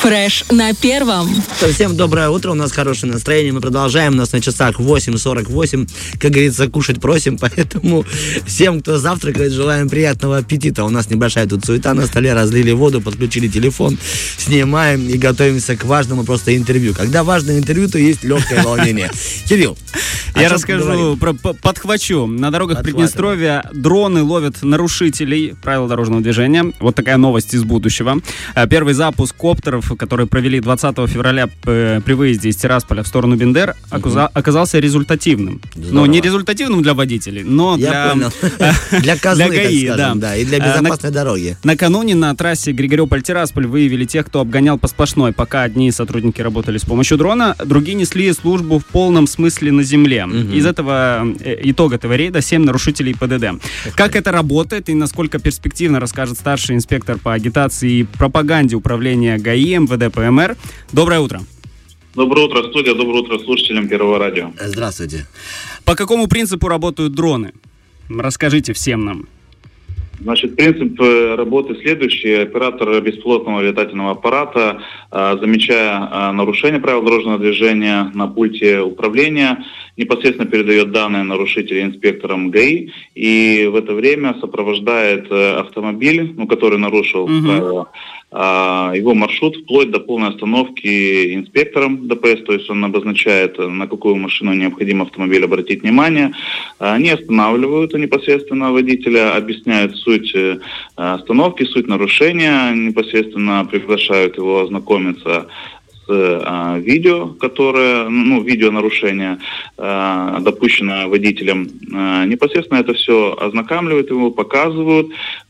Фреш на первом. Всем доброе утро, у нас хорошее настроение, мы продолжаем, у нас на часах 8:48, как говорится, кушать просим, поэтому всем, кто завтракает, желаем приятного аппетита. У нас небольшая тут суета на столе, разлили воду, подключили телефон, снимаем и готовимся к важному просто интервью. Когда важное интервью, то есть легкое волнение. Кирилл, я расскажу, подхвачу. На дорогах Приднестровья дроны ловят нарушителей правил дорожного движения. Вот такая новость из будущего. Первый запуск коптеров, которые провели 20 февраля при выезде из Тирасполя в сторону Бендер, оказался результативным. Здорово. Ну, не результативным для водителей, но для казны, ГАИ, так скажем, да, и для безопасной дороги. Накануне на трассе Григорьополь-Тирасполь выявили тех, кто обгонял по сплошной. Пока одни сотрудники работали с помощью дрона, другие несли службу в полном смысле на земле. Из итога этого рейда 7 нарушителей ПДД. Как это работает и насколько перспективно, расскажет старший инспектор по агитации и пропаганде управления ГАИ МВД ПМР. Доброе утро. Доброе утро, студия. Доброе утро слушателям Первого радио. Здравствуйте. По какому принципу работают дроны? Расскажите всем нам. Значит, принцип работы следующий. Оператор беспилотного летательного аппарата, замечая нарушение правил дорожного движения на пульте управления, непосредственно передает данные нарушителя инспекторам ГАИ и в это время сопровождает автомобиль, который нарушил правила, его маршрут вплоть до полной остановки инспектором ДПС, то есть он обозначает, на какую машину необходимо автомобиль обратить внимание. Они останавливают непосредственно водителя, объясняют суть остановки, суть нарушения, непосредственно приглашают его ознакомиться с видео, которое, видео нарушения, допущенное водителем. Непосредственно это все ознакомливают его, показывают,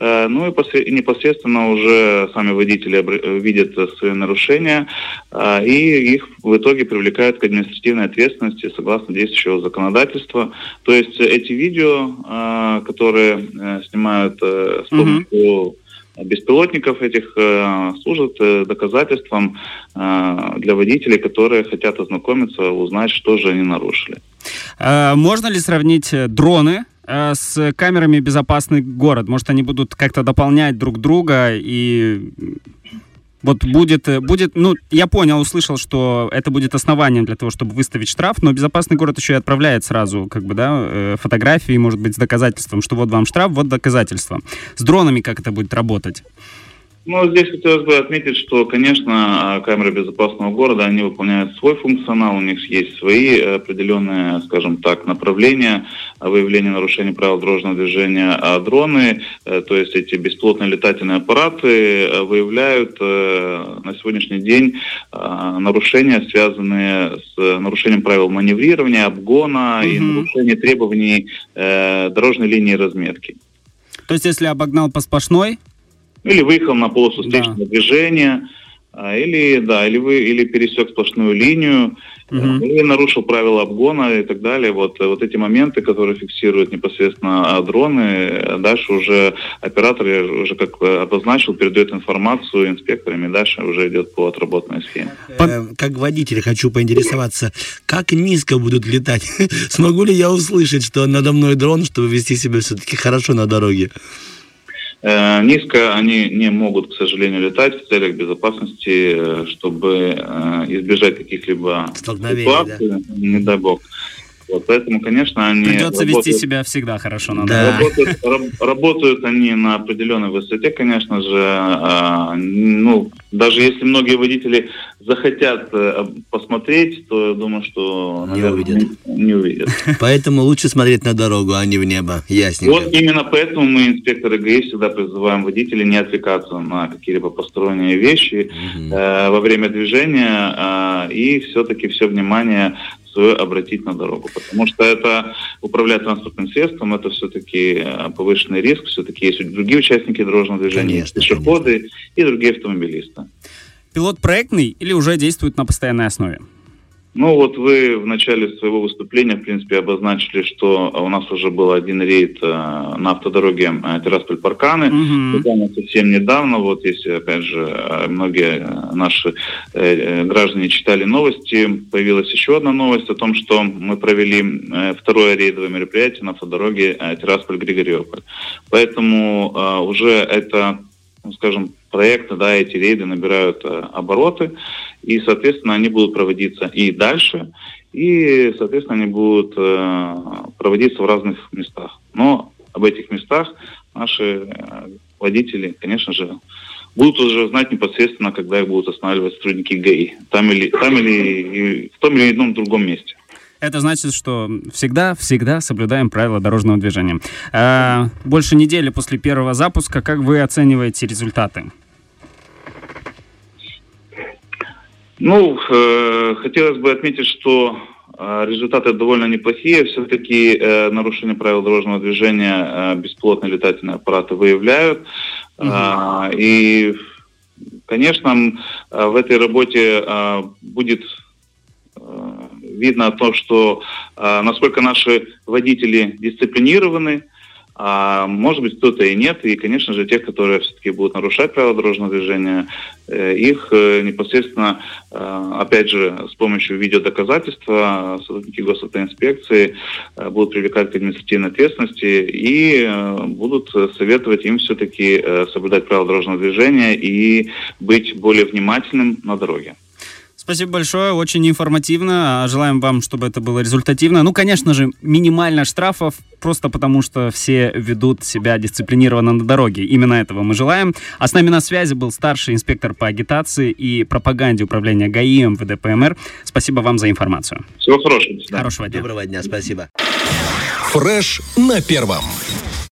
и непосредственно уже сами водители видят свои нарушения, и их в итоге привлекают к административной ответственности согласно действующего законодательства. То есть эти видео, которые снимают с помощью беспилотников этих, служат доказательством для водителей, которые хотят ознакомиться, узнать, что же они нарушили. Можно ли сравнить дроны с камерами «Безопасный город»? Может, они будут как-то дополнять друг друга и... Вот будет, я понял, услышал, что это будет основанием для того, чтобы выставить штраф, но «Безопасный город» еще и отправляет сразу, фотографии, может быть, с доказательством, что вот вам штраф, вот доказательство. С дронами как это будет работать? Здесь хотелось бы отметить, что, конечно, камеры безопасного города, они выполняют свой функционал, у них есть свои определенные, скажем так, направления выявления нарушений правил дорожного движения, а дроны, то есть эти беспилотные летательные аппараты, выявляют на сегодняшний день нарушения, связанные с нарушением правил маневрирования, обгона и нарушения требований дорожной линии разметки. То есть, если обогнал по сплошной, или выехал на полосу встречного движения, или пересек сплошную линию, или нарушил правила обгона и так далее. Вот эти моменты, которые фиксируют непосредственно дроны, дальше уже оператор, я уже как обозначил, передает информацию инспекторам, и дальше уже идет по отработанной схеме. Как водитель хочу поинтересоваться, как низко будут летать? Смогу ли я услышать, что надо мной дрон, чтобы вести себя все-таки хорошо на дороге? Низко они не могут, к сожалению, летать в целях безопасности, чтобы избежать каких-либо ситуаций, да? Не дай бог. Поэтому, конечно, они придется вести себя всегда хорошо на дороге. Работают они на определенной высоте, конечно же. Даже если многие водители захотят посмотреть, то я думаю, что, наверное, не увидят. Поэтому лучше смотреть на дорогу, а не в небо. Ясненько. Вот именно поэтому мы, инспекторы ГАИ, всегда призываем водителей не отвлекаться на какие-либо посторонние вещи во время движения и все-таки все внимание свое обратить на дорогу. Потому что это управлять транспортным средством, это все-таки повышенный риск, все-таки есть другие участники дорожного движения, пешеходы и другие автомобилисты. Пилот проектный или уже действует на постоянной основе? Вы в начале своего выступления, в принципе, обозначили, что у нас уже был один рейд на автодороге Тирасполь-Парканы. Буквально совсем недавно, если, опять же, многие наши граждане читали новости, появилась еще одна новость о том, что мы провели второе рейдовое мероприятие на автодороге Тирасполь-Григорьополь. Поэтому уже это, скажем, проекты, да, эти рейды набирают обороты, и, соответственно, они будут проводиться и дальше, и, соответственно, они будут проводиться в разных местах. Но об этих местах наши водители, конечно же, будут уже знать непосредственно, когда их будут останавливать сотрудники ГАИ, в том или ином другом месте. Это значит, что всегда соблюдаем правила дорожного движения. Больше недели после первого запуска. Как вы оцениваете результаты? Хотелось бы отметить, что результаты довольно неплохие. Все-таки нарушение правил дорожного движения беспилотные летательные аппараты выявляют. И, конечно, в этой работе будет видно то, что насколько наши водители дисциплинированы, может быть, кто-то и нет. И, конечно же, тех, которые все-таки будут нарушать правила дорожного движения, их непосредственно, опять же, с помощью видеодоказательства сотрудники госавтоинспекции будут привлекать к административной ответственности и будут советовать им все-таки соблюдать правила дорожного движения и быть более внимательным на дороге. Спасибо большое, очень информативно. Желаем вам, чтобы это было результативно. Конечно же, минимально штрафов, просто потому что все ведут себя дисциплинированно на дороге. Именно этого мы желаем. А с нами на связи был старший инспектор по агитации и пропаганде управления ГАИ МВД ПМР. Спасибо вам за информацию. Всего хорошего. Хорошего дня. Доброго дня, спасибо. Фреш на первом.